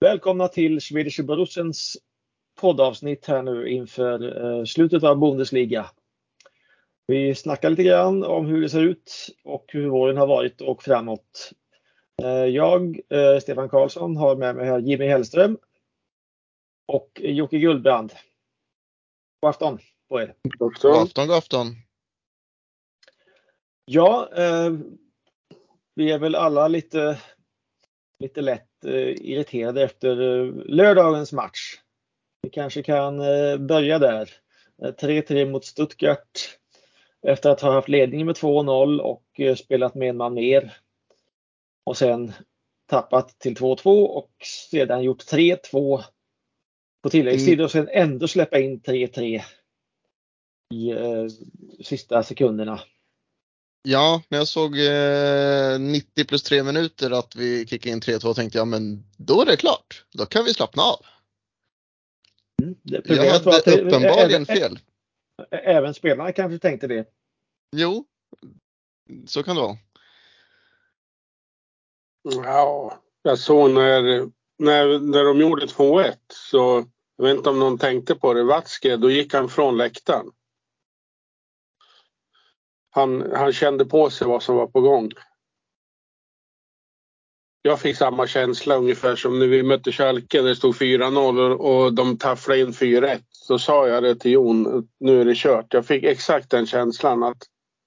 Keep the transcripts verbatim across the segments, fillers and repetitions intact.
välkomna till Schwedische Borussens poddavsnitt här nu inför eh, slutet av Bundesliga. Vi snackar lite grann om hur det ser ut och hur våren har varit och framåt. Eh, jag, eh, Stefan Karlsson, har med mig här Jimmy Hellström och Jocke Guldbrand. God afton på er. God afton, god afton. Ja, eh, vi är väl alla lite, lite lätt eh, irriterade efter eh, lördagens match. Vi kanske kan eh, börja där. Eh, tre tre mot Stuttgart efter att ha haft ledningen med två noll och eh, spelat med en man mer. Och sen tappat till två två och sedan gjort tre två på tilläggstid mm. och sen ändå släppa in tre tre i eh, sista sekunderna. Ja, när jag såg eh, nittio plus tre minuter att vi kickade in tre två tänkte jag, men då är det klart. Då kan vi slappna av. Mm, det jag hade var att det, uppenbarligen även, fel. Även spelarna kanske tänkte det. Jo, så kan det vara. Ja, jag såg när, när, när de gjorde två ett så jag vet inte om någon tänkte på det. Watzke, då gick han från läktaren. Han, han kände på sig vad som var på gång. Jag fick samma känsla ungefär som när vi mötte Schalke. Det stod fyra noll och de tafflade in fyra ett. Så sa jag det till Jon, nu är det kört. Jag fick exakt den känslan att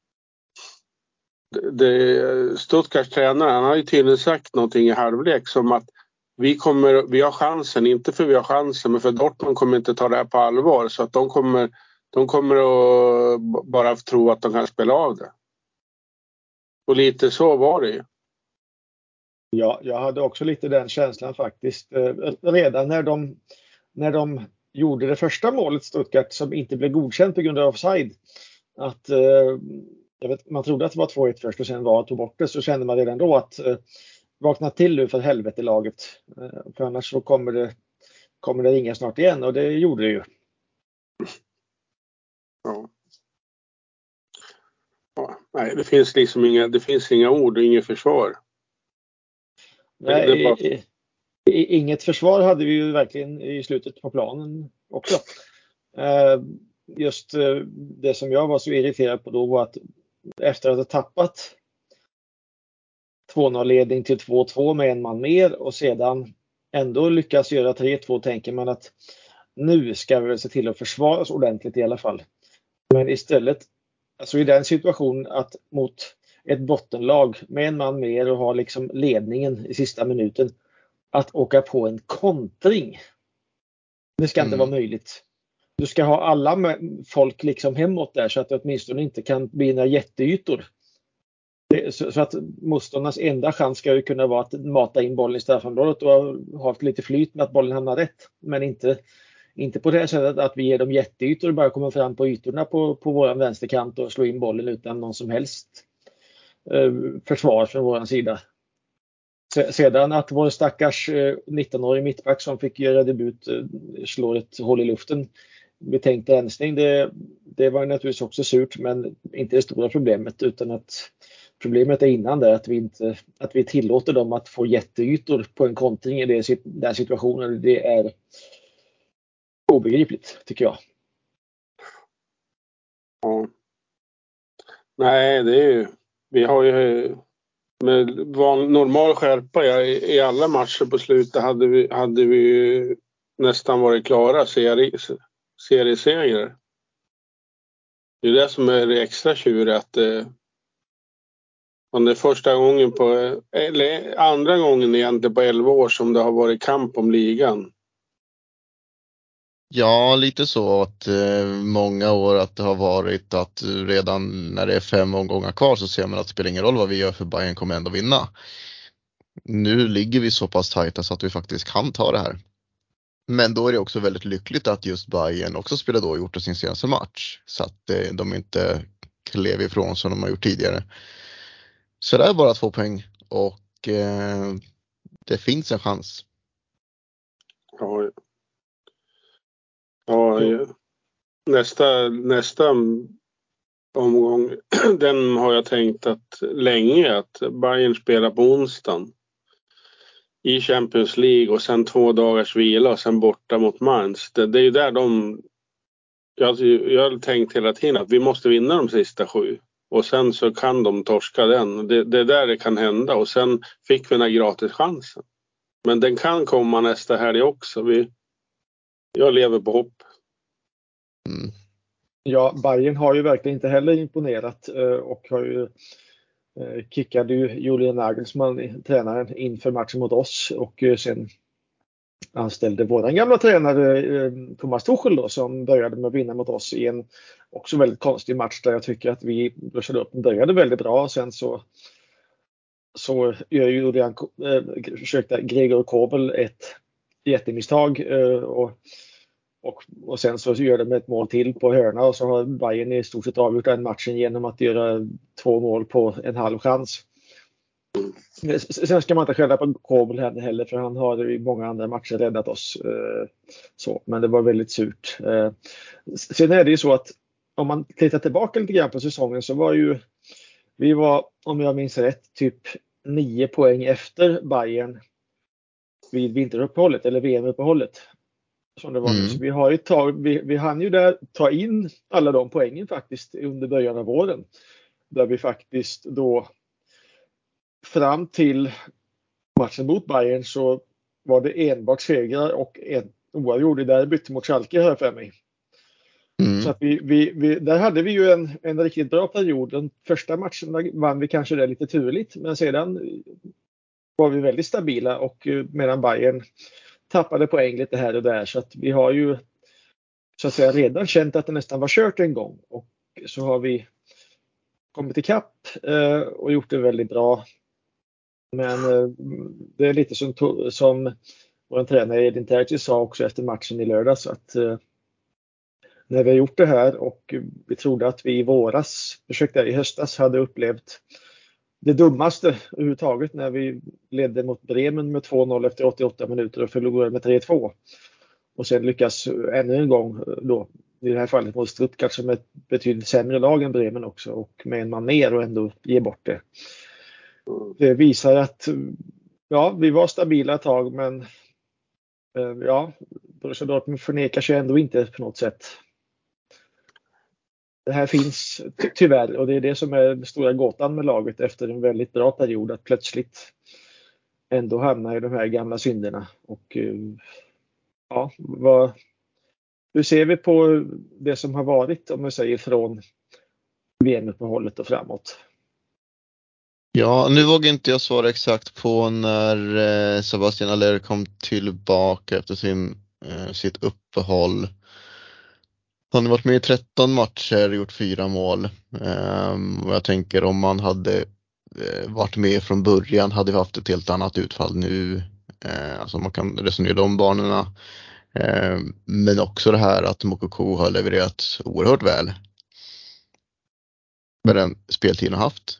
det, Stuttgarts tränare, han har ju tydligen sagt någonting i halvlek som att vi, kommer, vi har chansen, inte för vi har chansen men för Dortmund kommer inte ta det här på allvar så att de kommer, de kommer att bara tro att de kan spela av det. Och lite så var det ju. Ja, jag hade också lite den känslan faktiskt. Redan när de, när de gjorde det första målet Stuttgart som inte blev godkänt på grund av offside. Att, jag vet, man trodde att det var två ett först och sen var tog bort det, så kände man redan då att vakna till nu för helvete laget. För annars så kommer det, kommer det ringa snart igen och det gjorde det ju. Ja. Ja, nej, det finns liksom inga, det finns inga ord och inget försvar. Nej, det, det bara... i, i, inget försvar hade vi ju verkligen i slutet på planen också. Uh, just uh, det som jag var så irriterad på då var att efter att ha tappat två noll-ledning till två två med en man mer och sedan ändå lyckas göra tre två tänker man att nu ska vi väl se till att försvara oss ordentligt i alla fall. Men istället, alltså i den situationen att mot ett bottenlag med en man mer och ha liksom ledningen i sista minuten att åka på en kontring. Det ska mm. inte vara möjligt. Du ska ha alla folk liksom hemåt där så att det åtminstone inte kan bli några jätteytor. Så att motståndarnas enda chans ska ju kunna vara att mata in bollen i straffområdet och ha haft lite flyt med att bollen hamnar rätt. Men inte, inte på det sättet att vi ger dem jätteytor och bara kommer fram på ytorna på, på vår vänsterkant och slå in bollen utan någon som helst eh, försvar från vår sida. Sedan att vår stackars nittonårig mittback som fick göra debut slår ett hål i luften betänkt rensning, det, det var naturligtvis också surt men inte det stora problemet utan att problemet är innan det att vi inte att vi tillåter dem att få jätteytor på en kontring i det, den situationen. Det är obegripligt tycker jag. Ja. Nej, det är ju vi har ju med normal skärpa i, i alla matcher på slutet hade vi, hade vi nästan varit klara serie, serieserier. Det är det som är det extra tjuriga att eh, det är första gången på eller andra gången egentligen på elva år som det har varit kamp om ligan. Ja, lite så att eh, många år att det har varit att redan när det är fem omgångar kvar så ser man att det spelar ingen roll vad vi gör för Bayern kommer ändå vinna. Nu ligger vi så pass tajta så att vi faktiskt kan ta det här. Men då är det också väldigt lyckligt att just Bayern också spelar då och gjort det sin senaste match. Så att eh, de inte klev ifrån som de har gjort tidigare. Så det är bara två poäng och eh, det finns en chans. Ja, ja nästa, nästa omgång den har jag tänkt att länge att Bayern spelar på onsdagen. i Champions League och sen två dagars vila och sen borta mot Mainz. Det, det är ju där de... Jag, jag har tänkt hela tiden att vi måste vinna de sista sju. Och sen så kan de torska den. Det, det är där det kan hända. Och sen fick vi den här gratischansen. Men den kan komma nästa helg också. Vi, jag lever på hopp. Mm. Ja, Bayern har ju verkligen inte heller imponerat och har ju kickade ju Julian Nagelsmann, tränaren, inför matchen mot oss och sen anställde våran gamla tränare Thomas Tuchel då, som började med att vinna mot oss i en också väldigt konstig match där jag tycker att vi började upp började väldigt bra. Sen så så gör ju Julian äh, försökte Gregor Kobel ett jättemisstag äh, och Och, och sen så gör de ett mål till på hörna och så har Bayern i stort sett avgjort den matchen genom att göra två mål på en halv chans. Sen ska man inte skälla på Kobel heller för han har i många andra matcher räddat oss. Så, men det var väldigt surt. Sen är det ju så att om man tittar tillbaka lite grann på säsongen så var ju vi var, om jag minns rätt, typ nio poäng efter Bayern vid vinteruppehållet eller V M-uppehållet. Som det var mm. Så vi har ju tag, vi, vi hann ju där ta in alla de poängen faktiskt under början av våren. Där vi faktiskt då fram till matchen mot Bayern så var det enbart segrar och en oavgjord i derbyt mot Schalke här för mig. Mm. Så att vi, vi, vi, där hade vi ju en, en riktigt bra period. Den första matchen vann vi kanske det lite turligt men sedan var vi väldigt stabila och medan Bayern tappade poäng lite här och där så att vi har ju så att säga redan känt att det nästan var kört en gång och så har vi kommit ikapp eh, och gjort det väldigt bra. Men eh, det är lite som, som vår tränare Edin Terzic sa också efter matchen i lördags att eh, när vi har gjort det här och vi trodde att vi i våras, försökte i höstas, hade upplevt det dummaste överhuvudtaget när vi ledde mot Bremen med två noll efter åttioåtta minuter och förlorade med tre två. Och sen lyckas ännu en gång då, i det här fallet mot Stuttgart som är ett betydligt sämre lag än Bremen också och med en man mer och ändå ge bort det. Det visar att ja, vi var stabila ett tag men ja, Borussia Dortmund förnekar sig ändå inte på något sätt. Det här finns ty- tyvärr och det är det som är den stora gåtan med laget efter en väldigt bra period att plötsligt ändå hamna i de här gamla synderna. Och ja, vad, hur ser vi på det som har varit om man säger från V M-uppehållet och framåt? Ja, nu vågar inte jag svara exakt på när Sebastian Haller kom tillbaka efter sin, sitt uppehåll. Han har varit med i tretton matcher, gjort fyra mål. Um, och jag tänker om man hade uh, varit med från början hade vi haft ett helt annat utfall nu. Uh, alltså man kan resonera de banorna. Uh, men också det här att Moukoko har levererat oerhört väl. Med den speltiden har haft.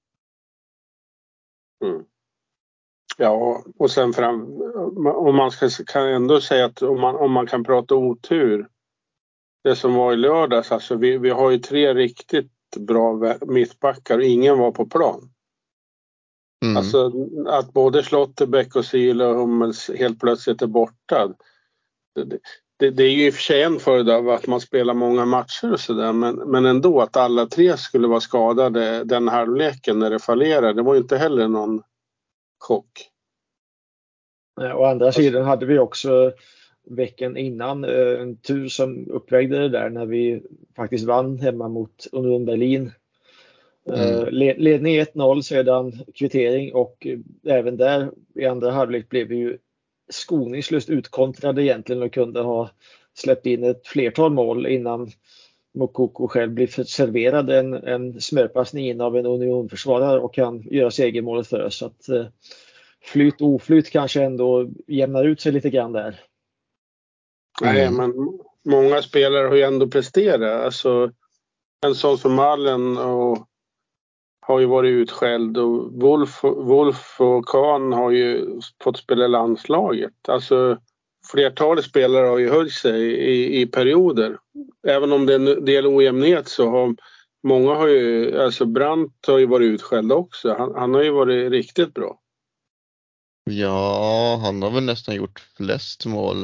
Mm. Ja, och sen fram, om man ska, kan ändå säga att om man, om man kan prata otur. Det som var i lördags, alltså vi, vi har ju tre riktigt bra mittbackar och ingen var på plan. Mm. Alltså att både Schlotterbeck och Süle och Hummels helt plötsligt är borta. Det, det, det är ju i och för sig en följd av att man spelar många matcher och sådär. Men, men ändå att alla tre skulle vara skadade den halvleken när det fallerade. Det var ju inte heller någon chock. Nej, å andra alltså, sidan hade vi också veckan innan en tur som uppvägde det där när vi faktiskt vann hemma mot Union Berlin. Mm. Ledning ett noll sedan kvittering och även där i andra halvlek blev vi ju skoningslöst utkontrade egentligen och kunde ha släppt in ett flertal mål innan Moukoko själv blir serverad en, en smörpassning in av en unionförsvarare och kan göra segermålet för oss. Så att flyt och oflyt kanske ändå jämnar ut sig lite grann där. Nej, men många spelare har ju ändå presterat. Alltså, en sån som Allen och har ju varit utskälld och Wolf, Wolf och Kahn har ju fått spela landslaget. Alltså, flertalet spelare har ju höjt sig i, i perioder. Även om det är en del ojämnhet så har många har ju, alltså Brandt har ju varit utskälld också. Han, han har ju varit riktigt bra. Ja, han har väl nästan gjort flest mål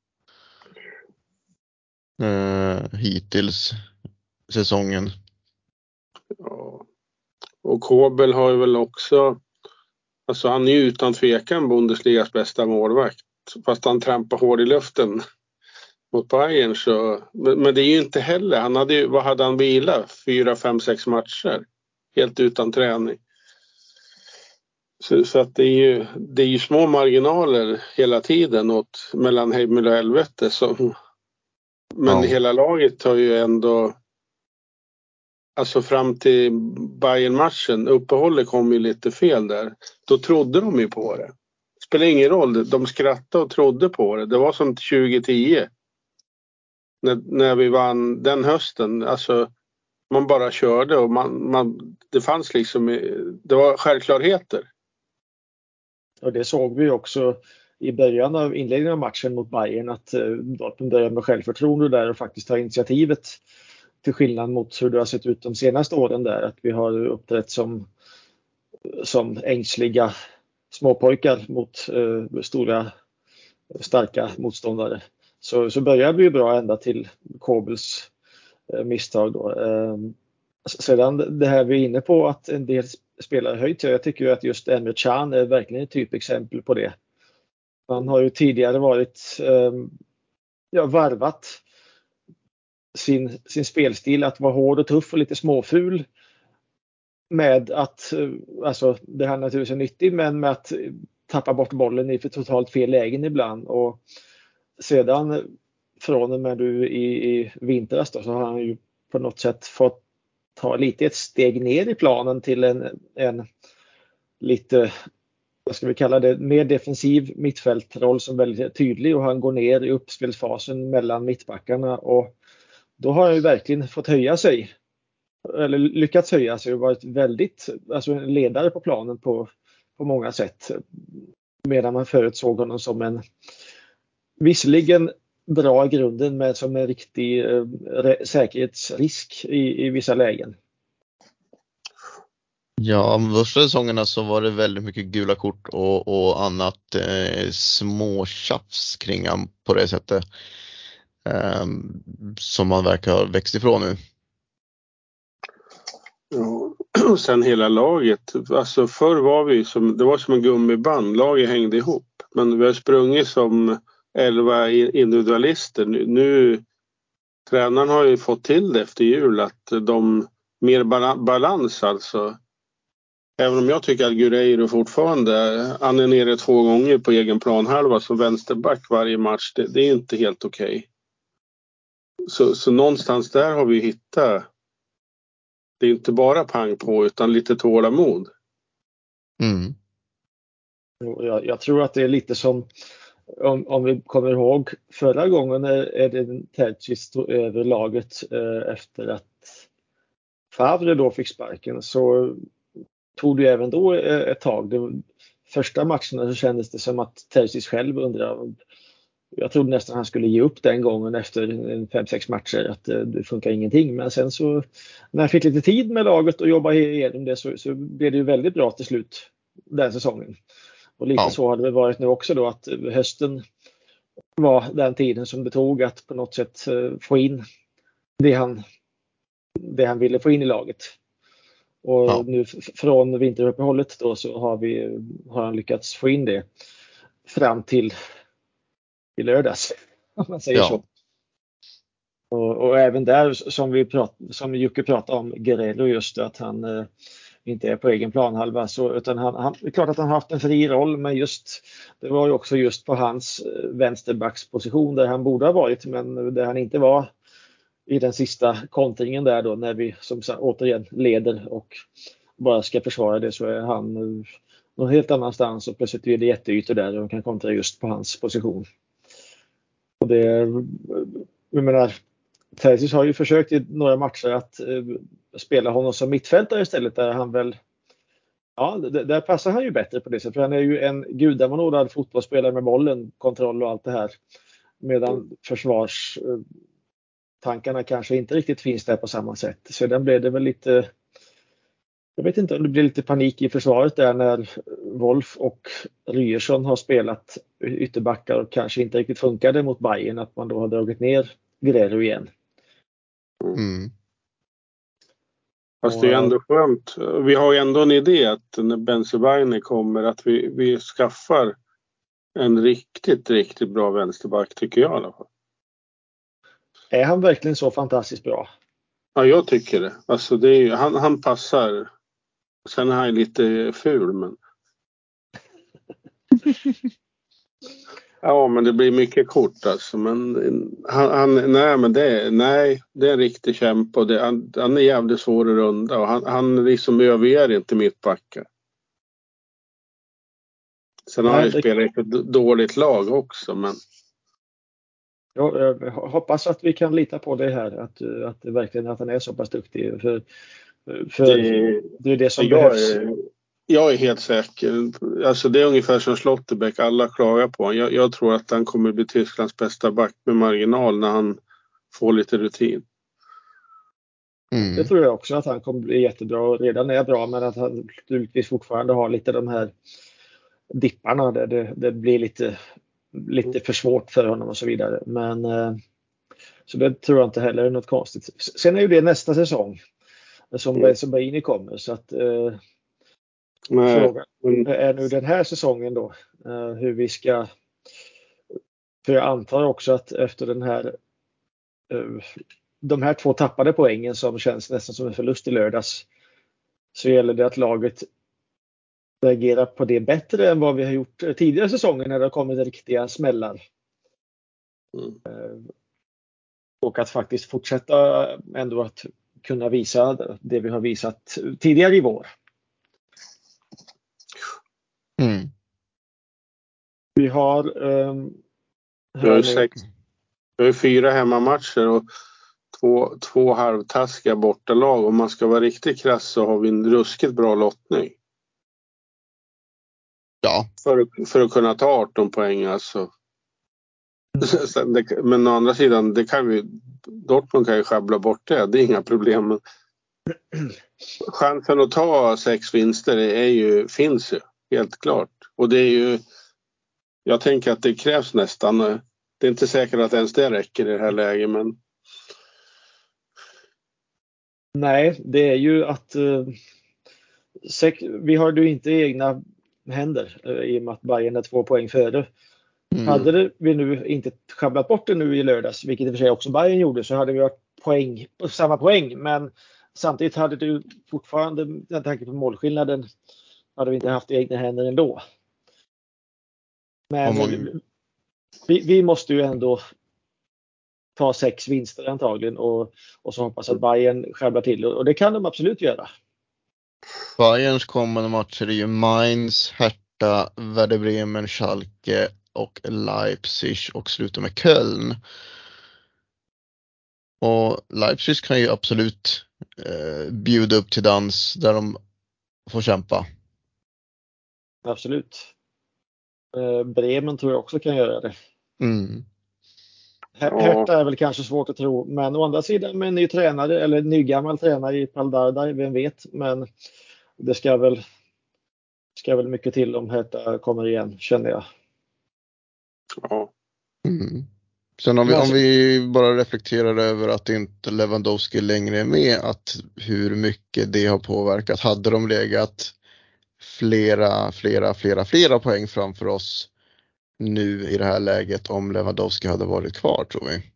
eh, hittills säsongen. Ja. Och Kobel har ju väl också, alltså han är ju utan tvekan Bundesligas bästa målvakt. Fast han trampar hård i luften mot Bayern så, men, men det är ju inte heller, han hade ju, vad hade han vila? Fyra, fem, sex matcher. Helt utan träning. Så, så att det är ju, det är ju små marginaler hela tiden åt, mellan himmel och helvete. Som, men Ja. hela laget har ju ändå, alltså fram till Bayern-matchen, uppehållet kom ju lite fel där. Då trodde de ju på det. Spelar ingen roll, de skrattade och trodde på det. Det var som tjugo tio. När, när vi vann den hösten, alltså man bara körde och man, man, det fanns liksom, det var självklarheter. Och det såg vi också i början av inledningen av matchen mot Bayern, att Dortmund började med självförtroende där och faktiskt ta initiativet, till skillnad mot hur det har sett ut de senaste åren där, att vi har uppträtt som, som ängsliga småpojkar mot uh, stora starka motståndare. Så, så började vi ju bra ända till Kobels uh, misstag då. Uh, sedan det här vi är inne på, att en del spelare höjt, jag tycker ju att just Emre Can är verkligen ett typexempel på det. Han har ju tidigare varit um, ja, varvat sin, sin spelstil att vara hård och tuff och lite småful med att, alltså det här naturligtvis är nyttigt, men med att tappa bort bollen i för totalt fel lägen ibland. Och sedan från och med du i, i vintras då, så har han ju på något sätt fått ta lite ett steg ner i planen till en, en lite, vad ska vi kalla det, mer defensiv mittfältroll som är väldigt tydlig, och han går ner i uppspelsfasen mellan mittbackarna, och då har han ju verkligen fått höja sig, eller lyckats höja sig och varit väldigt, alltså en ledare på planen på, på många sätt, medan man förut såg honom som en visserligen bra i grunden men som en riktig eh, säkerhetsrisk i, i vissa lägen. Ja, första säsongerna så var det väldigt mycket gula kort och, och annat eh, småtjafs kring han på det sättet eh, som man verkar ha växt ifrån nu. Ja, och sen hela laget. Alltså förr var vi som, det var som en gummiband. Laget hängde ihop. Men vi har sprungit som elva individualister. Nu, nu tränaren har ju fått till det efter jul att de mer balans alltså. Även om jag tycker att Guerreiro fortfarande, han är nere två gånger på egen planhalva som vänsterback varje match. Det, det är inte helt okej. Okay. Så, så någonstans där har vi hittat. Det är inte bara pang på utan lite tålamod. Mm. Jag, jag tror att det är lite som, om, om vi kommer ihåg förra gången när Edin Terzic stod över laget eh, efter att Favre då fick sparken, så tog det även då ett tag. Det, första matcherna så kändes det som att Terzic själv undrade, jag trodde nästan han skulle ge upp den gången efter fem sex matcher, att det, det funkar ingenting. Men sen så när han fick lite tid med laget och jobba igenom det, så, så blev det ju väldigt bra till slut den säsongen. Och lite ja. Så hade det varit nu också då, att hösten var den tiden som det tog att på något sätt få in det han, det han ville få in i laget. Och ja. Nu från vinteruppehållet då så har, vi, har han lyckats få in det fram till i lördags, om man säger ja. Så. Och, och även där som vi prat, som Jocke pratade om Guerreiro, just att han eh, inte är på egen planhalva, så, utan han, han, det är klart att han har haft en fri roll, men just det var ju också just på hans eh, vänsterbacksposition där han borde ha varit, men där han inte var i den sista kontringen där då, när vi som sagt återigen leder och bara ska försvara det, så är han eh, någon helt annanstans, och plötsligt är det jätteytor där och de kan kontra just på hans position. Och det, jag menar, Terzic har ju försökt i några matcher att eh, spela honom som mittfältare istället, där han väl, ja, där, där passar han ju bättre på det sättet, för han är ju en gudamanordad fotbollsspelare med bollen, kontroll och allt det här, medan försvarstankarna kanske inte riktigt finns där på samma sätt. Så den blev det väl lite Jag vet inte om det blir lite panik i försvaret där när Wolf och Ryerson har spelat ytterbackar och kanske inte riktigt funkade mot Bayern, att man då har dragit ner Guerrero igen. Mm. Fast det är ändå skönt. Vi har ju ändå en idé att när Bensebaini kommer att vi, vi skaffar en riktigt, riktigt bra vänsterback, tycker jag i alla fall. Är han verkligen så fantastiskt bra? Ja, jag tycker det. Alltså det är ju, han, han passar. Sen är han lite ful, men... Ja, men det blir mycket kort alltså. Men han, han nej, men det, nej, det är en riktig kämpe och det, han, han är jävligt svår att runda och han, han liksom överger inte mittbackar. Sen har nej, han ju det... spelat ett dåligt lag också, men... Jag, jag hoppas att vi kan lita på det här, att, att, verkligen, att han är så pass duktig. För, för det, det är det som jag behövs. Är, jag är helt säker. Alltså det är ungefär som Schlotterbeck, alla klagar på honom. Jag, jag tror att han kommer bli Tysklands bästa back med marginal när han får lite rutin. Mm. Det tror jag också, att han kommer bli jättebra och redan är bra, men att han naturligtvis fortfarande har lite de här dipparna där det, det blir lite, lite för svårt för honom och så vidare. Men så det tror jag inte heller är något konstigt. Sen är ju det nästa säsong som Bensebaini kommer, så att eh, Nej. frågan är nu den här säsongen då eh, hur vi ska, för jag antar också att efter den här eh, de här två tappade poängen som känns nästan som en förlust i lördags, så gäller det att laget reagerar på det bättre än vad vi har gjort tidigare säsonger när det har kommit riktiga smällar. Mm. Och att faktiskt fortsätta ändå att kunna visa det vi har visat tidigare i vår. Mm. Vi har um, vi har ju sex, vi har fyra hemmamatcher och två, två halvtaskiga bortalag. Om man ska vara riktigt krass så har vi en ruskigt bra lottning. Ja. För, för att kunna ta arton poäng alltså. Det, men å andra sidan, det kan vi, Dortmund kan ju schabbla bort det. Det är inga problem. Men chansen att ta sex vinster är ju, finns ju, helt klart. Och det är ju, jag tänker att det krävs nästan. Det är inte säkert att ens det räcker i det här läget, men... Nej, det är ju att uh, sex, vi har ju inte egna händer uh, i och med att Bayern är två poäng före. Mm. Hade det, vi nu inte schabblat bort det nu i lördags, vilket i och för sig också Bayern gjorde, så hade vi varit poäng, samma poäng. Men samtidigt hade du fortfarande, med tanke på målskillnaden, hade vi inte haft egna händer ändå. Men man... vi, vi måste ju ändå ta sex vinster antagligen och, och så hoppas att Bayern schabblar till. Och det kan de absolut göra. Bayerns kommande matcher är ju Mainz, Hertha, Werder Bremen, Schalke och Leipzig och slutar med Köln. Och Leipzig kan ju absolut eh, bjuda upp till dans där de får kämpa. Absolut. Eh, Bremen tror jag också kan göra det. Mm. Hertha är väl kanske svårt att tro, men å andra sidan med en ny tränare eller en ny gammal tränare i Pál Dardai, vem vet, men det ska väl ska väl mycket till om Hertha kommer igen, känner jag. Ja. Mm. Sen om vi, om vi bara reflekterar över att inte Lewandowski längre är med, att hur mycket det har påverkat. Hade de legat flera, flera, flera, flera poäng framför oss nu i det här läget om Lewandowski hade varit kvar, tror vi?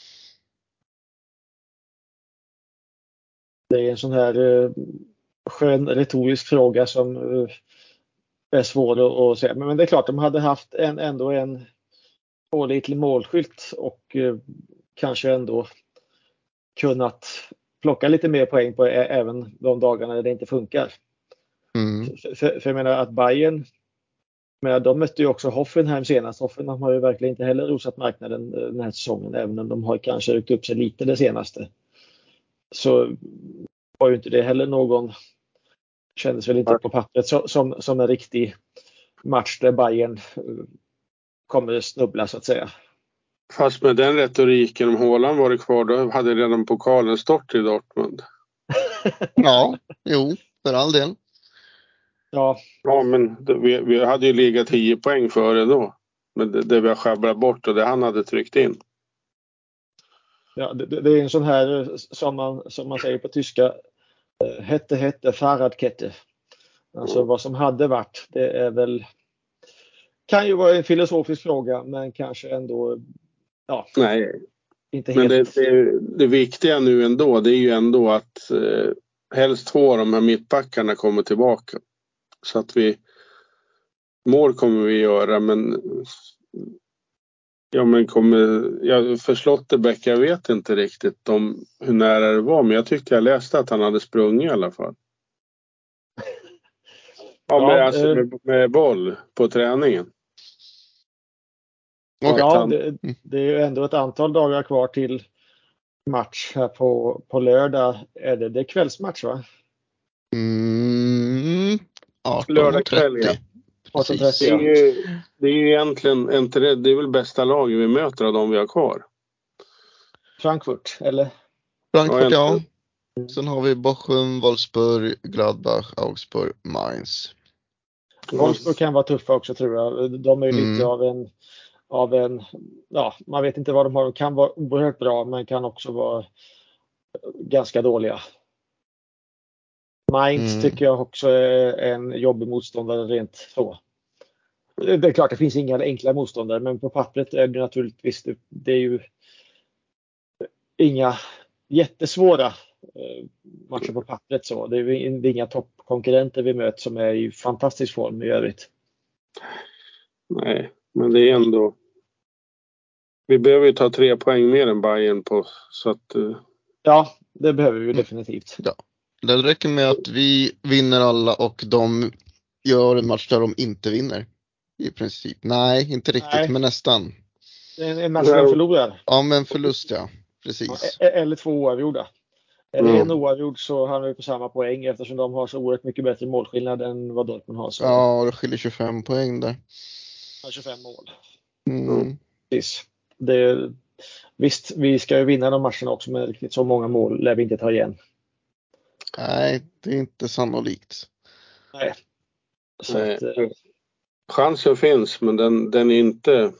Det är en sån här uh, skön retorisk fråga som uh, är svår att säga. Men, men det är klart, de hade haft en, ändå en pålitlig målskylt och uh, kanske ändå kunnat plocka lite mer poäng på ä- även de dagarna när det inte funkar. Mm. För, för, för jag menar att Bayern, men de mötte ju också Hoffenheim senast. Hoffenheim har ju verkligen inte heller rosat marknaden den här säsongen, även om de har kanske ryckt upp sig lite det senaste. Så var ju inte det heller någon, kändes väl inte på pappret som, som, som en riktig match där Bayern kommer snubbla så att säga. Fast med den retoriken, om Haaland varit kvar, då hade redan pokalen stått i Dortmund. Ja, jo. för all del. Ja, Ja, men det, vi, vi hade ju legat tio poäng före då. Men det, det vi har sjabblat bort och det han hade tryckt in. ja det, det är en sån här som man, som man säger på tyska, hette hette Fahrradkette. Alltså Mm. vad som hade varit, det är väl, kan ju vara en filosofisk fråga, men kanske ändå, ja, Nej, inte men helt. det, det, det viktiga nu ändå, det är ju ändå att eh, helst två av de här mittbackarna kommer tillbaka. Så att vi, mål kommer vi göra, men ja, men kommer, ja, för Slotterbeck, jag vet inte riktigt om hur nära det var, men jag tyckte jag läste att han hade sprungit i alla fall. Ja, Ja, med, alltså, eh, med, med boll på träningen. Och Okej. att ja han, det, det är ju ändå ett antal dagar kvar till match här på, på lördag. Är det, det är kvällsmatch, va? Mm, Lördag kväll, ja. arton trettio. arton Precis. Det är trettio, ju, det är ju egentligen inte det, det är väl bästa laget vi möter av de vi har kvar. Frankfurt, eller? Frankfurt, Ja, ja. Sen har vi Bochum, Wolfsburg, Gladbach, Augsburg, Mainz. Wolfsburg kan vara tuffa också, tror jag. De är ju lite Mm. av en, av en, ja, man vet inte vad de har. De kan vara oerhört bra, men kan också vara ganska dåliga. Mainz Mm. tycker jag också är en jobbig motståndare rent så. Det är klart, det finns inga enkla motståndare, men på pappret är det naturligtvis, det, det är ju inga jättesvåra eh, matcher på pappret så. Det är, det är inga toppkonkurrenter vi möter som är i fantastisk form i övrigt. Nej, men det är ändå, vi behöver ju ta tre poäng mer än Bayern på, så att uh... Ja, det behöver vi definitivt. Ja. Det räcker med att vi vinner alla och de gör en match där de inte vinner. I princip. Nej, inte riktigt, Nej. men nästan. En, en match de förlorar. Ja, men förlust, ja. Ja, Precis. eller två oavgjorda. Är det Mm. en oavgjord så hamnar vi på samma poäng eftersom de har så oerhört mycket bättre målskillnad än vad Dortmund har. Så Ja, det skiljer tjugofem poäng där. tjugofem mål. Mm. Precis. Det, visst, vi ska ju vinna de matcherna också, men riktigt så många mål lär vi inte ta igen. Nej, det är inte sannolikt. Nej. Så Nej. att, eh, Chansen finns, men den, den är inte,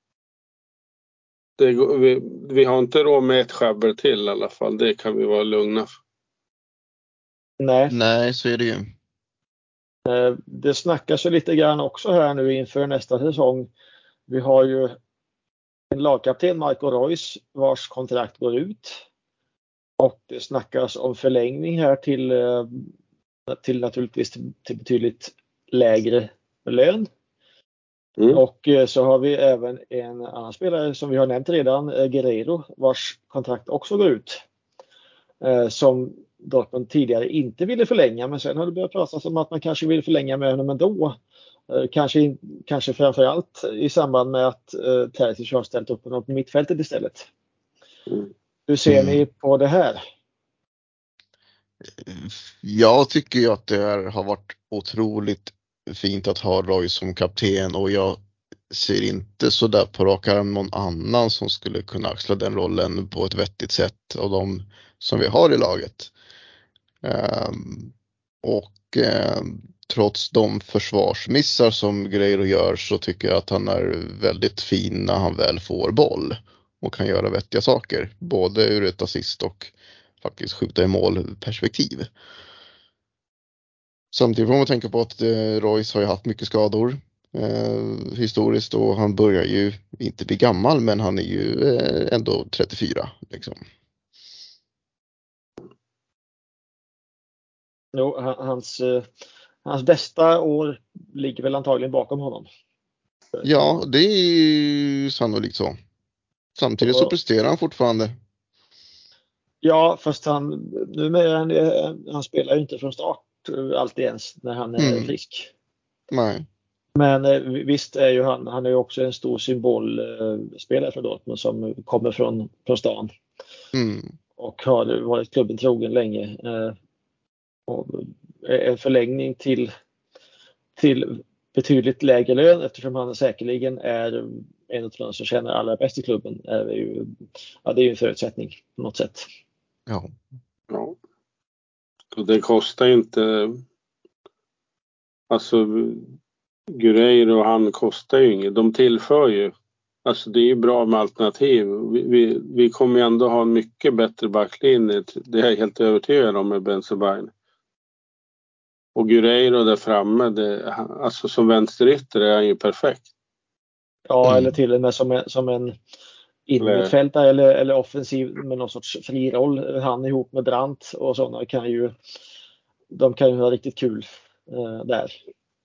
det, vi, vi har inte råd med ett sjabbel till i alla fall. Det kan vi vara lugna för. nej. Nej, så är det ju. Eh, det snackas ju lite grann också här nu inför nästa säsong. Vi har ju en lagkapten, Marco Reus, vars kontrakt går ut. Och det snackas om förlängning här till, eh, till naturligtvis till, till betydligt lägre lön. Mm. Och eh, så har vi även en annan spelare som vi har nämnt redan, eh, Guerreiro, vars kontrakt också går ut. Eh, som Dortmund tidigare inte ville förlänga, men sen har det börjat pratas om att man kanske vill förlänga med honom ändå. Eh, kanske, kanske framförallt i samband med att eh, Terzic har ställt upp honom på mittfältet istället. Mm. Hur ser Mm. ni på det här? Jag tycker ju att det här har varit otroligt fint att ha Roy som kapten och jag ser inte så där på rak arm någon annan som skulle kunna axla den rollen på ett vettigt sätt av de som vi har i laget. Um, och um, trots de försvarsmissar som Guerreiro gör så tycker jag att han är väldigt fin när han väl får boll och kan göra vettiga saker, både ur ett assist och faktiskt skjuta i målperspektiv. Samtidigt får man tänka på att eh, Royce har ju haft mycket skador eh, historiskt och han börjar ju inte bli gammal, men han är ju eh, ändå trettiofyra liksom. Jo, hans, eh, hans bästa år ligger väl antagligen bakom honom. Ja, det är ju sannolikt så. Samtidigt så presterar han fortfarande. Ja, fast han, numera, han, han spelar ju inte från start alltid ens när han är Mm. frisk. Nej. Men eh, visst är ju han, han är ju också en stor symbolspelare för Dortmund som kommer från, från stan. Mm. Och har varit klubben trogen länge. Eh, och en förlängning till, till betydligt lägre lön eftersom han säkerligen är en av de som känner allra bäst i klubben. Är ju, ja, det är ju en förutsättning på något sätt. Ja. Ja. Och det kostar inte, alltså Guerreiro och han kostar ju inget, de tillför ju, alltså det är ju bra med alternativ. Vi, vi, vi kommer ju ändå ha en mycket bättre backlinje, det är jag helt övertygad om med Ben Sebaini. Och Guerreiro där framme, det, alltså som vänsterytter är han ju perfekt. Ja, Mm. eller till och med som en, som en innermittfältare eller, eller offensiv med någon sorts fri roll. Han ihop med Brandt och sådana kan ju, de kan ju ha riktigt kul eh, där.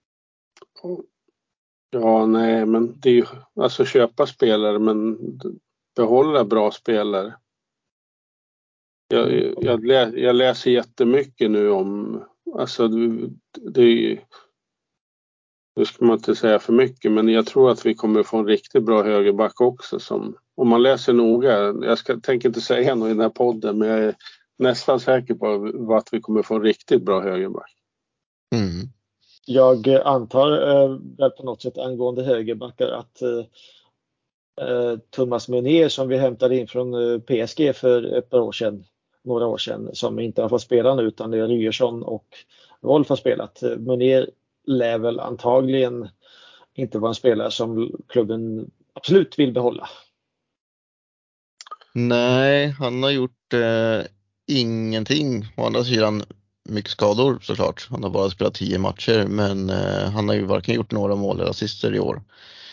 Ja, nej, men det är ju, alltså köpa spelare men behålla bra spelare. Jag, jag, lä, jag läser jättemycket nu om, alltså det, det är ju, nu ska man inte säga för mycket, men jag tror att vi kommer få en riktigt bra högerback också. Som, om man läser noga, jag ska, tänker inte säga något i den här podden, men jag är nästan säker på att vi kommer få en riktigt bra högerback. Mm. Jag antar eh, på något sätt angående högerbackar att eh, Thomas Meunier som vi hämtade in från eh, P S G för ett par år sedan, några år sedan, som inte har fått spela nu utan det är Ryerson och Wolf har spelat. Meunier lär väl antagligen inte vara en spelare som klubben absolut vill behålla. Nej, han har gjort eh, ingenting. Å andra sidan mycket skador såklart. Han har bara spelat tio matcher, men eh, han har ju varken gjort några mål eller assister i år.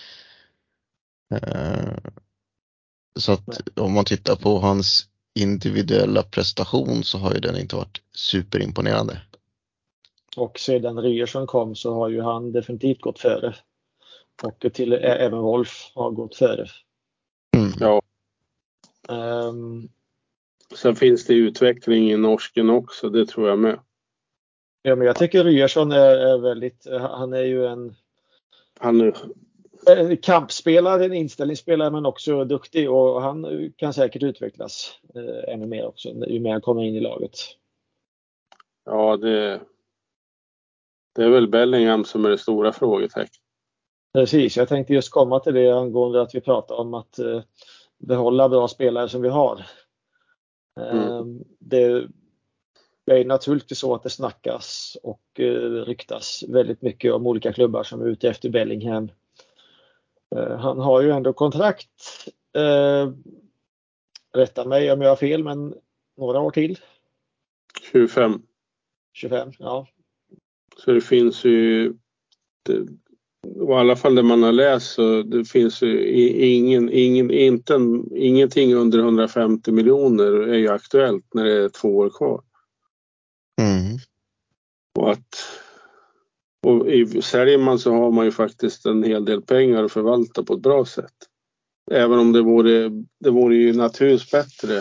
Eh, så att Nej. om man tittar på hans individuella prestation så har ju den inte varit superimponerande. Och sedan Ryerson kom så har ju han definitivt gått före. Och till även Wolf har gått före. Mm. Ja. Um, Sen finns det utveckling i norsken också, det tror jag med. ja, men jag tycker Ryerson är, är väldigt, han är ju en Han är kampspelare, en inställningsspelare men också duktig och han kan säkert utvecklas eh, ännu mer också ju mer han kommer in i laget. Ja, det, det är väl Bellingham som är det stora frågetecknet. Precis, jag tänkte just komma till det angående att vi pratar om att eh, behålla bra spelare som vi har. Eh, Mm. det, det är naturligtvis så att det snackas och eh, ryktas väldigt mycket om olika klubbar som är ute efter Bellingham. Eh, han har ju ändå kontrakt, eh, rätta mig om jag har fel, men några år till. tjugofem. tjugofem, ja. Så det finns ju, det, och i alla fall det man har läst så det finns ju ingen, ingen, inte en, ingenting under hundrafemtio miljoner är ju aktuellt när det är två år kvar. Mm. Och att och i säljer man så har man ju faktiskt en hel del pengar att förvalta på ett bra sätt. Även om det vore, det vore ju naturligt bättre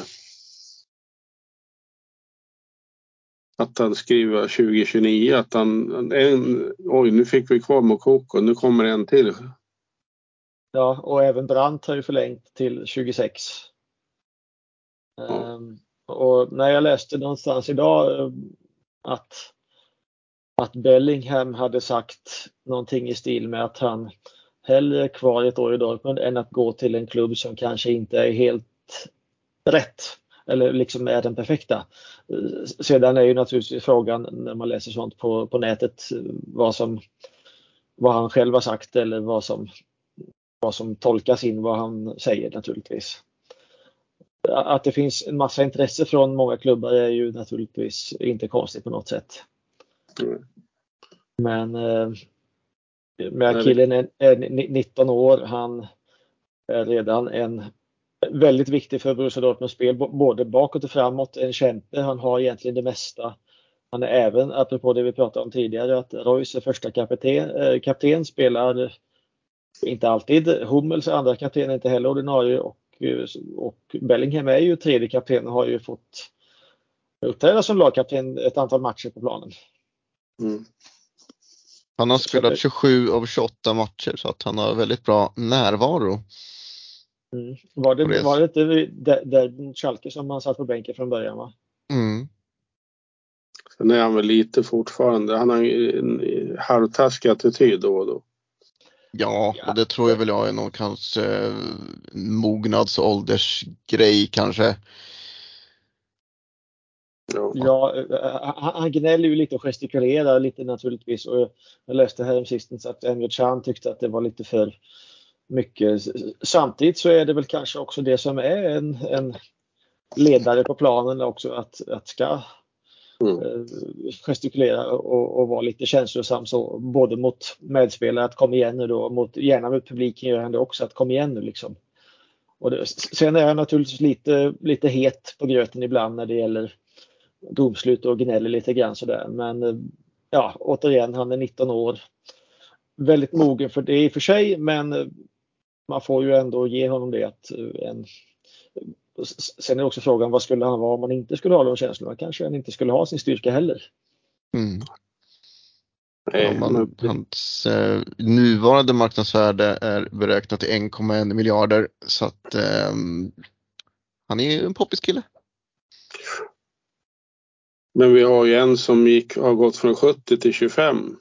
att han skriver tjugo tjugonio, att han, en, oj nu fick vi kvar Mokoko, nu kommer en till. Ja, och även Brandt har ju förlängt till tjugosex. Ja. Um, och när jag läste någonstans idag um, att, att Bellingham hade sagt någonting i stil med att han hellre kvar ett år i Dortmund än att gå till en klubb som kanske inte är helt rätt eller liksom är den perfekta. Sedan är ju naturligtvis frågan när man läser sånt på, på nätet vad som vad han själv har sagt eller vad som vad som tolkas in vad han säger naturligtvis. Att det finns en massa intresse från många klubbar är ju naturligtvis inte konstigt på något sätt. Mm. Men eh, med killen är, är nitton år, han är redan en väldigt viktig för Borussia Dortmunds spel, både bakåt och framåt, en kämpe, han har egentligen det mesta. Han är även, apropå det vi pratade om tidigare, att Reus är första kapten, kapten spelar inte alltid, Hummels andra kapten är inte heller ordinarie och, och Bellingham är ju tredje kapten och har ju fått uppträda som lagkapten ett antal matcher på planen. Mm. Han har spelat tjugosju av tjugoåtta matcher så att han har väldigt bra närvaro. Mm. Var det, var det inte där, där Schalke som han satt på bänken från början, va? Mm. Sen är han väl lite fortfarande, han har en halvtaskig attityd då och då. Ja, och det tror jag väl jag är någon kanske eh, mognads- och åldersgrej kanske. Ja, ja han, han gnäller ju lite och gestikulerar lite naturligtvis. Och jag läste här sistens att Emre Can tyckte att det var lite för mycket. Samtidigt så är det väl kanske också det som är en, en ledare på planen också, att, att ska mm. gestikulera och, och vara lite känslosam så, både mot medspelare att komma igen nu då, mot, gärna med publiken gör han det också, att komma igen nu liksom. Och det, sen är jag naturligtvis lite, lite het på gröten ibland när det gäller domslut och gnäller lite grann sådär. Men ja, återigen, han är nitton år. Väldigt mogen för det i och för sig, men man får ju ändå ge honom det att en... Sen är också frågan, vad skulle han vara om man inte skulle ha de känslorna? Kanske han inte skulle ha sin styrka heller. Mm. Ja, man, hans eh, nuvarande marknadsvärde är beräknat till en komma en miljarder, så att eh, han är ju en poppis kille. Men vi har ju en som gick, har gått från sjuttio till tjugofem.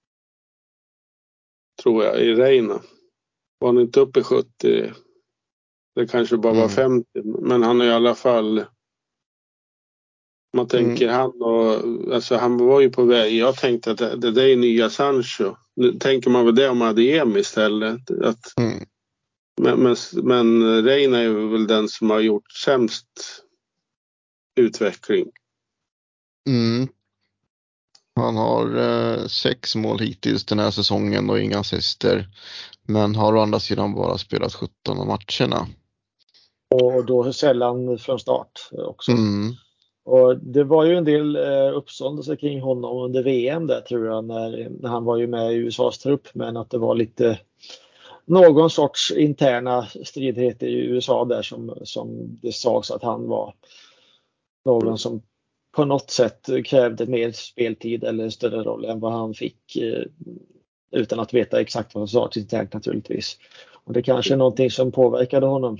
Tror jag, i Reina. Var han inte uppe i sjuttio? Det kanske bara var mm. femtio. Men han är i alla fall... Man tänker mm. han och... Alltså han var ju på väg... Jag tänkte att det, det där är nya Sancho. Nu tänker man väl det om Adeyemi istället. Att, mm. men, men, men Reina är väl den som har gjort sämst utveckling. Mm. Han har eh, sex mål hittills den här säsongen och inga assister. Men har å andra sidan bara spelat sjutton av matcherna. Och då sällan från start också. Mm. Och det var ju en del eh, uppståndelse kring honom under V M där, tror jag, när, när han var ju med i U S A:s trupp, men att det var lite någon sorts interna stridigheter i U S A där som, som det sades att han var någon som på något sätt krävde mer speltid eller större roll än vad han fick, eh, utan att veta exakt vad som sades internt naturligtvis. Och det kanske är någonting som påverkade honom.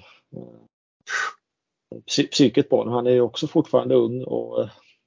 Psyket på honom. Han är ju också fortfarande ung och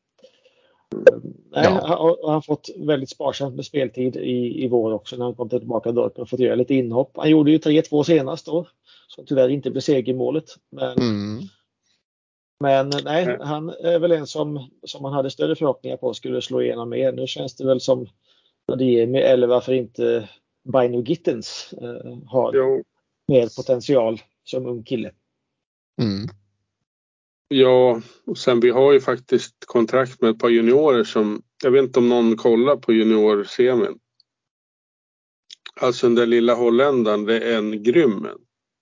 nej, ja. han har fått väldigt sparsamt med speltid i, i vår också när han kom tillbaka då och fått göra lite inhopp. Han gjorde ju tre två senast då, som tyvärr inte blev segermålet. Men, mm. men nej, han är väl en som, som man hade större förhoppningar på skulle slå igenom mer. Nu känns det väl som Adeyemi, eller varför inte Bino Gittens eh, har jo. mer potential som ung kille. Mm. Ja, och sen vi har ju faktiskt kontrakt med ett par juniorer som, jag vet inte om någon kollar på juniorsemin. Alltså den där lilla holländaren, det är en grymmen.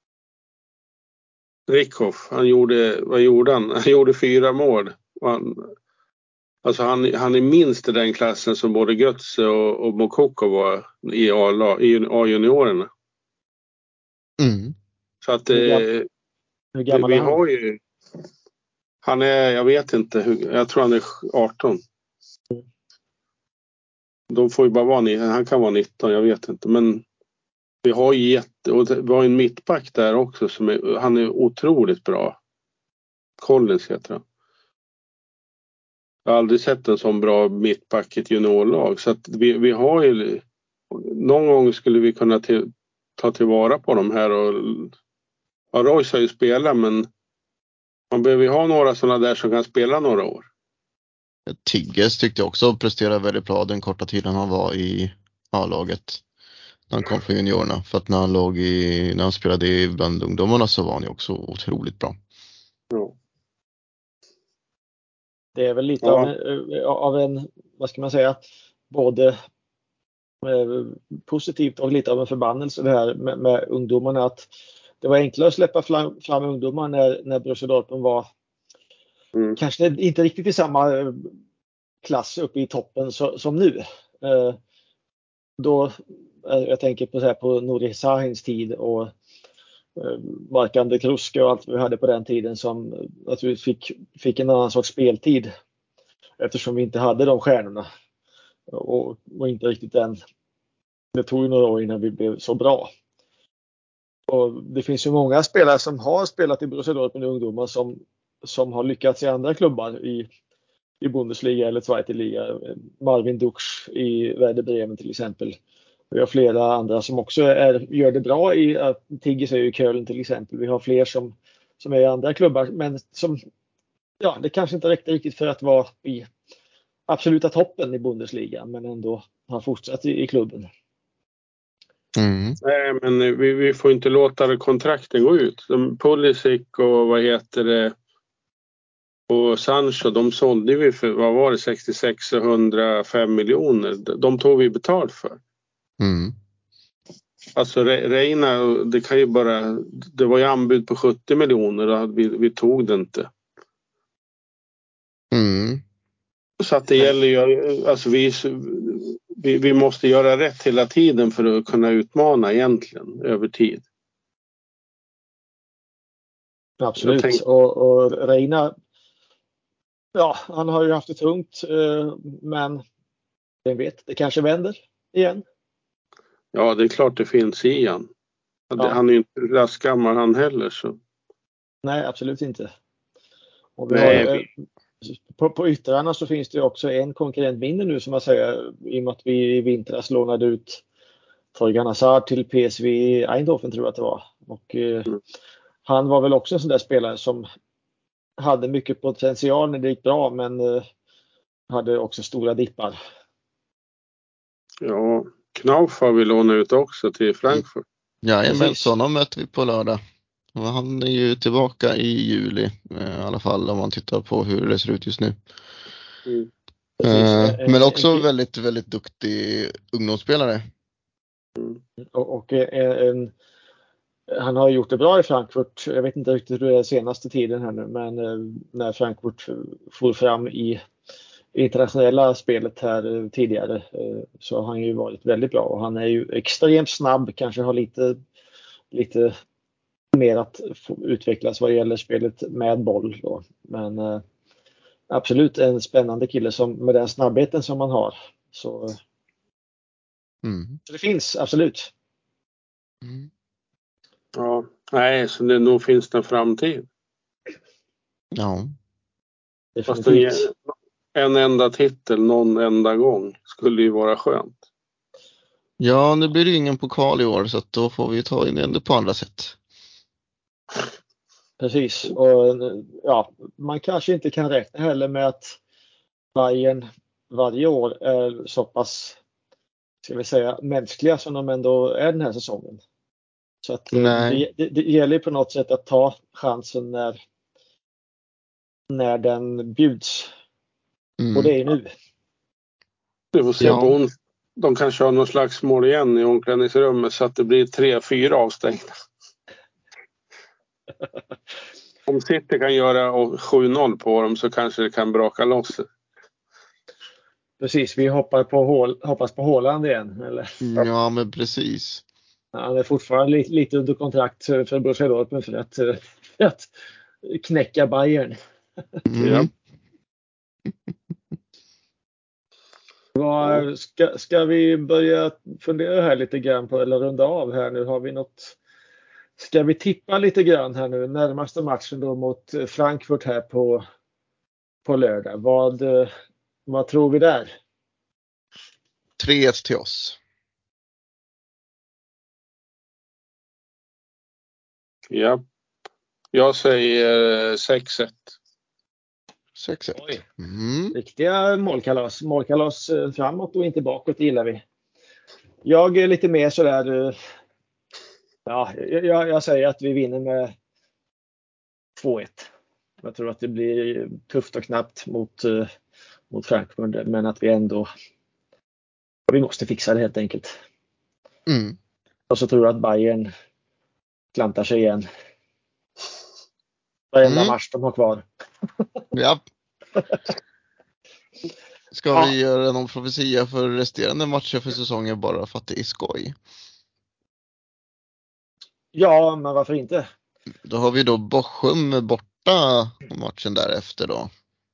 Rickhoff, han gjorde, vad gjorde han? Han gjorde fyra mål. Han, alltså han, han är minst i den klassen som både Götze och, och Mokoko var i A-juniorerna. Mm. Så att Hur gammal vi är han? har ju... Han är, jag vet inte, hur, jag tror han är arton. Mm. De får ju bara vara nitton, han kan vara nitton, jag vet inte. Men vi har ju jätte, och vi har en mittback där också som är, han är otroligt bra. Collins heter han. Jag har aldrig sett en sån bra mittback i ett juniorlag. Så att vi, vi har ju, någon gång skulle vi kunna till, ta tillvara på de här. Och, ja, Royce har ju spelat, men man behöver ju ha några sådana där som kan spela några år. Tigges tyckte jag också presterade väldigt bra den korta tiden han var i A-laget. När han kom från juniorerna. För att när han låg i, när han spelade bland ungdomarna så var han ju också otroligt bra. Ja. Det är väl lite ja. av, en, av en, vad ska man säga, både eh, positivt och lite av en förbannelse det här med, med ungdomarna, att det var enklare att släppa fram, fram ungdomar när, när Borussia Dortmund var mm. kanske inte riktigt i samma klass uppe i toppen så, som nu. Eh, då, eh, jag tänker på, så här, på Nuri Sahins tid och eh, Markander Kruske och allt vi hade på den tiden som att vi fick, fick en annan sorts speltid eftersom vi inte hade de stjärnorna och, och inte riktigt den. Det tog ju några år innan vi blev så bra. Och det finns ju många spelare som har spelat i Borussia Dortmund ungdomar som, som har lyckats i andra klubbar i, i Bundesliga eller Zweite Liga. Marvin Duksch i Werder Bremen till exempel. Vi har flera andra som också är, gör det bra i Tigges är ju i Köln till exempel. Vi har fler som, som är i andra klubbar men som ja, det kanske inte räckte riktigt för att vara i absoluta toppen i Bundesliga, men ändå har fortsatt i, i klubben. Mm. Nej, men vi, vi får inte låta kontrakten gå ut. De, Pulisic och vad heter det och Sancho, de sålde vi för, vad var det, sextiosex och hundrafem miljoner. De tog vi betalt för. Mm. Alltså Reina, det kan ju bara, det var ju anbud på sjuttio miljoner och vi, vi tog det inte. Mm. Så att det gäller ju, alltså vi, vi, vi måste göra rätt hela tiden för att kunna utmana egentligen över tid. Absolut. Tänk... Och, och Reina, ja, han har ju haft det tungt, men vem vet, det kanske vänder igen. Ja, det är klart det finns i han. Ja. Han är ju inte lastgammal han heller. Så. Nej, absolut inte. Och vi Nej, har, vi... på, på yttrarna så finns det också en konkurrent mindre nu, som man säger, i och med att vi i vintras lånade ut Torgan Hazard till P S V Eindhoven, tror jag att det var. Och eh, mm. han var väl också en sån där spelare som hade mycket potential när det gick bra, men eh, hade också stora dippar. Ja, Knauf har vi lånat ut också till Frankfurt. Ja, men sådana möter vi på lördag. Han är ju tillbaka i juli i alla fall, om man tittar på hur det ser ut just nu. Mm. Uh, men också väldigt, väldigt duktig ungdomsspelare. Mm. Och, och en, han har gjort det bra i Frankfurt. Jag vet inte riktigt hur det är senaste tiden här nu, men när Frankfurt får fram i internationella spelet här tidigare så har han ju varit väldigt bra, och han är ju extremt snabb, kanske har lite lite mer att utvecklas vad gäller spelet med boll då. Men eh, absolut en spännande kille som med den snabbheten som man har, så, mm. så det finns absolut. Mm. Ja, nej, så det nog finns det en framtid. Ja. Fast en, en enda titel någon enda gång skulle ju vara skönt. Ja, nu blir det ingen pokal i år, så att då får vi ta in det på andra sätt. Precis, och ja, man kanske inte kan räkna heller med att Bayern varje år är så pass, ska vi säga, mänskliga som de ändå är den här säsongen. Så att det, det, det gäller på något sätt att ta chansen när när den bjuds. Mm. Och det är nu. Du får se ja. på ons. De kanske har någon slags mål igen i omklädningsrummet så att det blir tre fyra avstängda. Om City kan göra sju noll på dem så kanske det kan braka loss. Precis, vi hoppar på hål, hoppas på Haaland igen. Eller? Ja, men precis. Han är fortfarande lite, lite under kontrakt för Borussia Dortmund för att, för att knäcka Bayern. Mm. Ja. Vad, ska, ska vi börja fundera här lite grann på, eller runda av här nu? Har vi något? Ska vi tippa lite grann här nu? Närmaste matchen då mot Frankfurt här på, på lördag. Vad, vad tror vi där? tre ett till oss. Ja. Jag säger sex ett. sex ett. Mm. Riktiga målkalas. Målkalas framåt och inte bakåt, gillar vi. Jag är lite mer sådär. Ja, jag, jag säger att vi vinner med två ett. Jag tror att det blir tufft och knappt mot, mot Frankfurt, men att vi ändå vi måste fixa det helt enkelt. Mm. Och så tror jag att Bayern klantar sig igen. Varenda mm. match de har kvar. Ja. Ska ja. vi göra någon profetia för resterande matcher för säsongen bara för att det är skoj? Ja, men varför inte? Då har vi då Bochum borta matchen därefter då.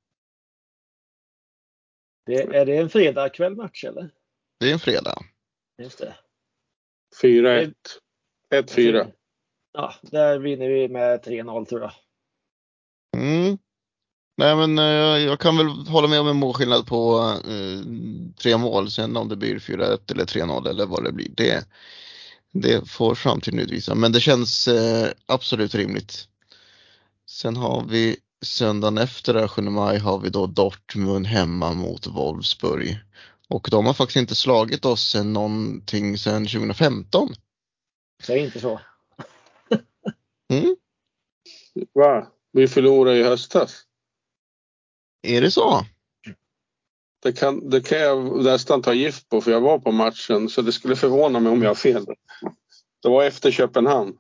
Det, är det en fredagkvällmatch eller? Det är en fredag. Just det. fyra ett. ett fyra. Ja, där vinner vi med tre noll tror jag. Mm. Nej, men eh, jag kan väl hålla med om en målskillnad på eh, tre mål. Sen om det blir fyra ett eller tre noll eller vad det blir. Det, det får framtiden utvisa. Men det känns eh, absolut rimligt. Sen har vi söndagen efter där, sjunde maj, har vi då Dortmund hemma mot Wolfsburg. Och de har faktiskt inte slagit oss sen någonting sedan tjugo femton. Säg inte så. Mm. Va? Vi förlorade i höstas. Är det så? Det kan, det kan jag nästan ta gift på, för jag var på matchen, så det skulle förvåna mig om jag har fel. Det var efter Köpenhamn.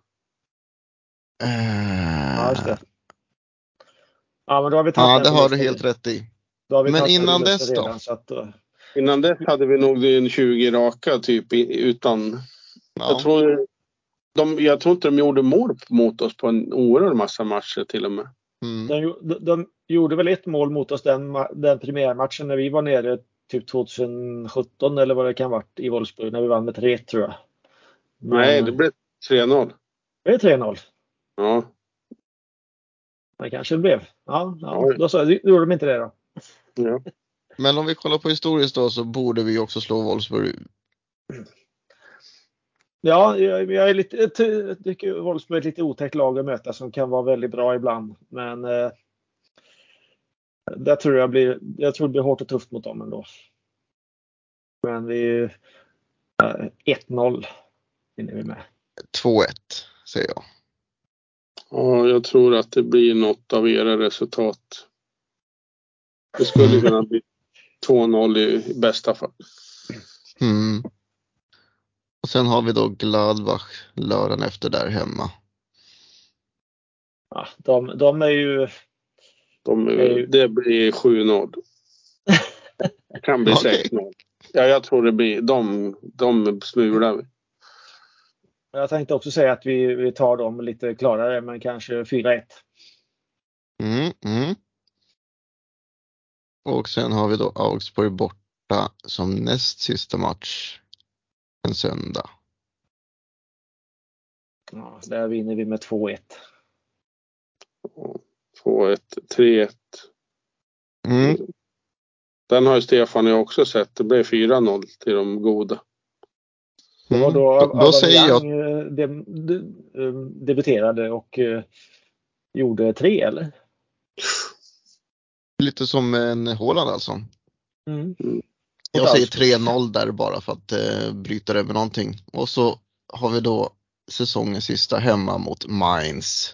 Uh... Ja, just det. Ja, men då har vi tagit Ja, den det har du förlusten. helt rätt i. Då har vi Men tagit den innan förlusten dess då? redan, så att, uh... Innan dess hade vi nog en tjugo raka typ utan... Ja. Jag tror de, jag tror inte de gjorde mål mot oss på en oerhörd massa matcher till och med. Mm. De, de, de gjorde väl ett mål mot oss den, den premiärmatchen när vi var nere typ tjugo-sjutton eller vad det kan varit i Wolfsburg, när vi vann med tre ett, tror jag. Men, Nej, det blev tre noll. Det är tre noll. Ja. Det kanske det blev. Ja, ja. Ja. Då, så, då gjorde de inte det då. Ja. Men om vi kollar på historiskt då, så borde vi också slå Wolfsburg. Ja, jag, jag är lite, jag tycker Wolfsburg är ett lite otäckt lag att möta som kan vara väldigt bra ibland. Men eh, där tror jag, blir, jag tror det blir hårt och tufft mot dem ändå. Men vi eh, ett noll hinner vi med. två ett säger jag. Ja, jag tror att det blir något av era resultat. Det skulle kunna bli två noll i bästa fall. Mm. Och sen har vi då Gladbach lördagen efter där hemma. Ja, de, de är ju... De, är ju... Det blir sju noll. Det kan bli Okay. sex noll. Ja, jag tror det blir... De, de smular vi. Jag tänkte också säga att vi, vi tar dem lite klarare, men kanske fyra ett. Mm, mm. Och sen har vi då Augsburg borta som näst sista match en söndag. Ja, där vinner vi med två ett. två ett, tre ett. Mm. Den har ju Stefan och jag också sett. Det blev fyra noll till de goda. Det var då, Mm. Då, då säger jag de, de, de, debuterade och uh, gjorde tre, eller? lite som en Haaland alltså. Mm. Jag säger tre noll där bara för att eh, bryta det med någonting. Och så har vi då säsongens sista hemma mot Mainz.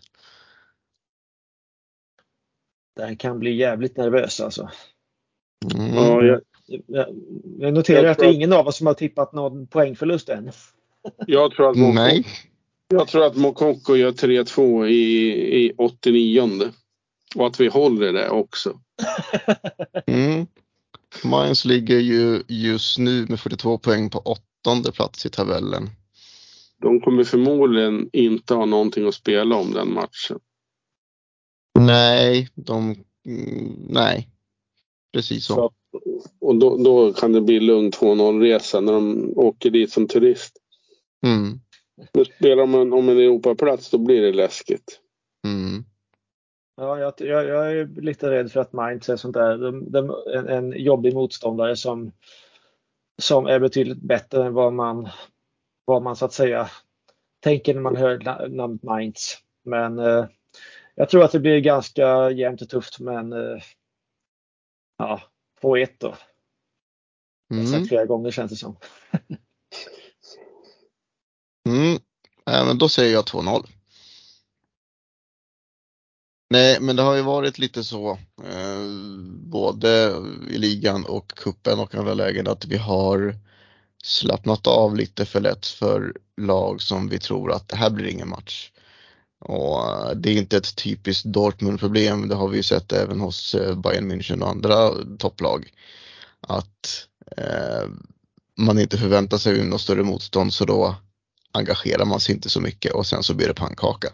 Den kan bli jävligt nervös alltså. Mm. Ja, jag, jag, jag noterar jag att det är att, ingen av oss som har tippat någon poängförlust än. Jag tror att Mokoko, Nej. Jag tror att Mokoko gör tre två i, i åttionionde. Och att vi håller det också. Mm. Mainz ligger ju just nu med fyrtiotvå poäng på åttonde plats i tabellen. De kommer förmodligen inte ha någonting att spela om den matchen. Nej, de... Mm, nej. Precis så. så och då, då kan det bli lugn två noll-resa när de åker dit som turist. Mm. Men spelar man om en Europaplats, då blir det läskigt. Mm. Ja, jag, jag, jag är lite rädd för att Mainz är sånt där. De, de, en, en jobbig motståndare som, som är betydligt bättre än vad man, vad man så att säga tänker när man hör namnet Mainz. Men eh, jag tror att det blir ganska jämnt och tufft, men eh, ja, två ett då. Jag har sagt Mm. flera gånger, känns det som. Mm. Äh, men då säger jag två noll. Nej, men det har ju varit lite så eh, både i ligan och kuppen och andra lägen att vi har slappnat av lite för lätt för lag som vi tror att det här blir ingen match. Och det är inte ett typiskt Dortmund-problem, det har vi ju sett även hos Bayern München och andra topplag. Att eh, man inte förväntar sig något större motstånd, så då engagerar man sig inte så mycket och sen så blir det pannkaka.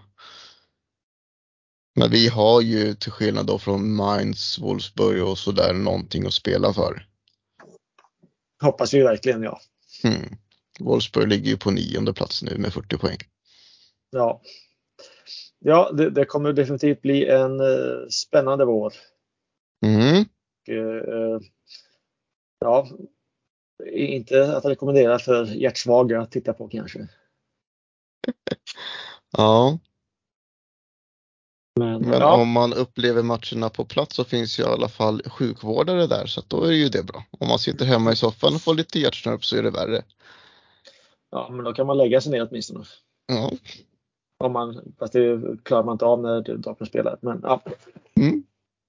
Men vi har ju till skillnad då från Mainz, Wolfsburg och sådär någonting att spela för. Hoppas vi verkligen, ja. Hmm. Wolfsburg ligger ju på nionde plats nu med fyrtio poäng. Ja, ja det, det kommer definitivt bli en uh, spännande vår. Mm. Och, uh, ja, inte att rekommendera för hjärtsvaga att titta på kanske. Ja. Men, Men ja. om man upplever matcherna på plats så finns ju i alla fall sjukvårdare där, så att då är ju det bra. Om man sitter hemma i soffan och får lite hjärtsnörp så är det värre. Ja, men då kan man lägga sig ner åtminstone. Ja. Om man, fast det klarar man inte av när datorn spelar. Men ja. Mm.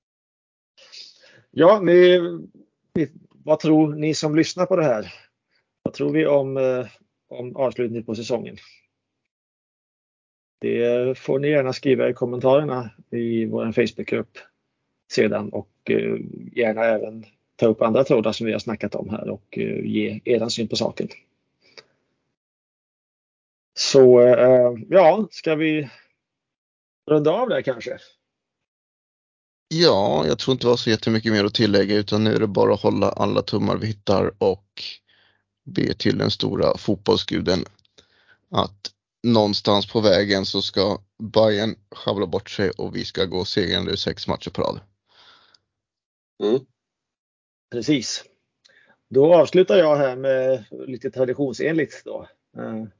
Ja, ni, vad tror ni som lyssnar på det här? Vad tror vi om, eh, om avslutningen på säsongen? Det får ni gärna skriva i kommentarerna i vår Facebookgrupp sedan, och eh, gärna även ta upp andra trådar som vi har snackat om här och eh, ge er syn på saken. Så eh, ja, ska vi runda av där kanske? Ja, jag tror inte det var så jättemycket mer att tillägga, utan nu är det bara att hålla alla tummar vi hittar och be till den stora fotbollsguden att någonstans på vägen så ska Bayern sjabbla bort sig och vi ska gå segrande ur sex matcher på rad. Mm. Precis. Då avslutar jag här med lite traditionsenligt då.